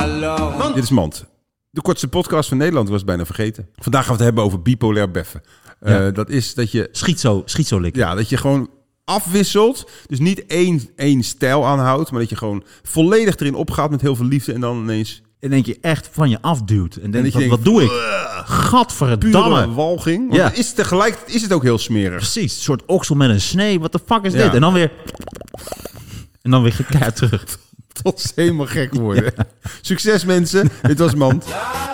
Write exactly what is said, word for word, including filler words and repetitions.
Hallo. Dit is Mand. De kortste podcast van Nederland, was bijna vergeten. Vandaag gaan we het hebben over bipolair beffen. Ja. Uh, dat is dat je... Schizo, schizolik. Ja, dat je gewoon afwisselt. Dus niet één, één stijl aanhoudt, maar dat je gewoon volledig erin opgaat met heel veel liefde en dan ineens... En denk je echt van je afduwt. En denk, en wat, denkt, wat doe ik? Gadverdamme. Pure walging. Want ja. het is tegelijk is het ook heel smerig. Precies. Een soort oksel met een snee. Wat de fuck is ja. dit? En dan weer... En dan weer keihard terug. Tot ze helemaal gek worden. Ja. Succes mensen. Dit was Mand.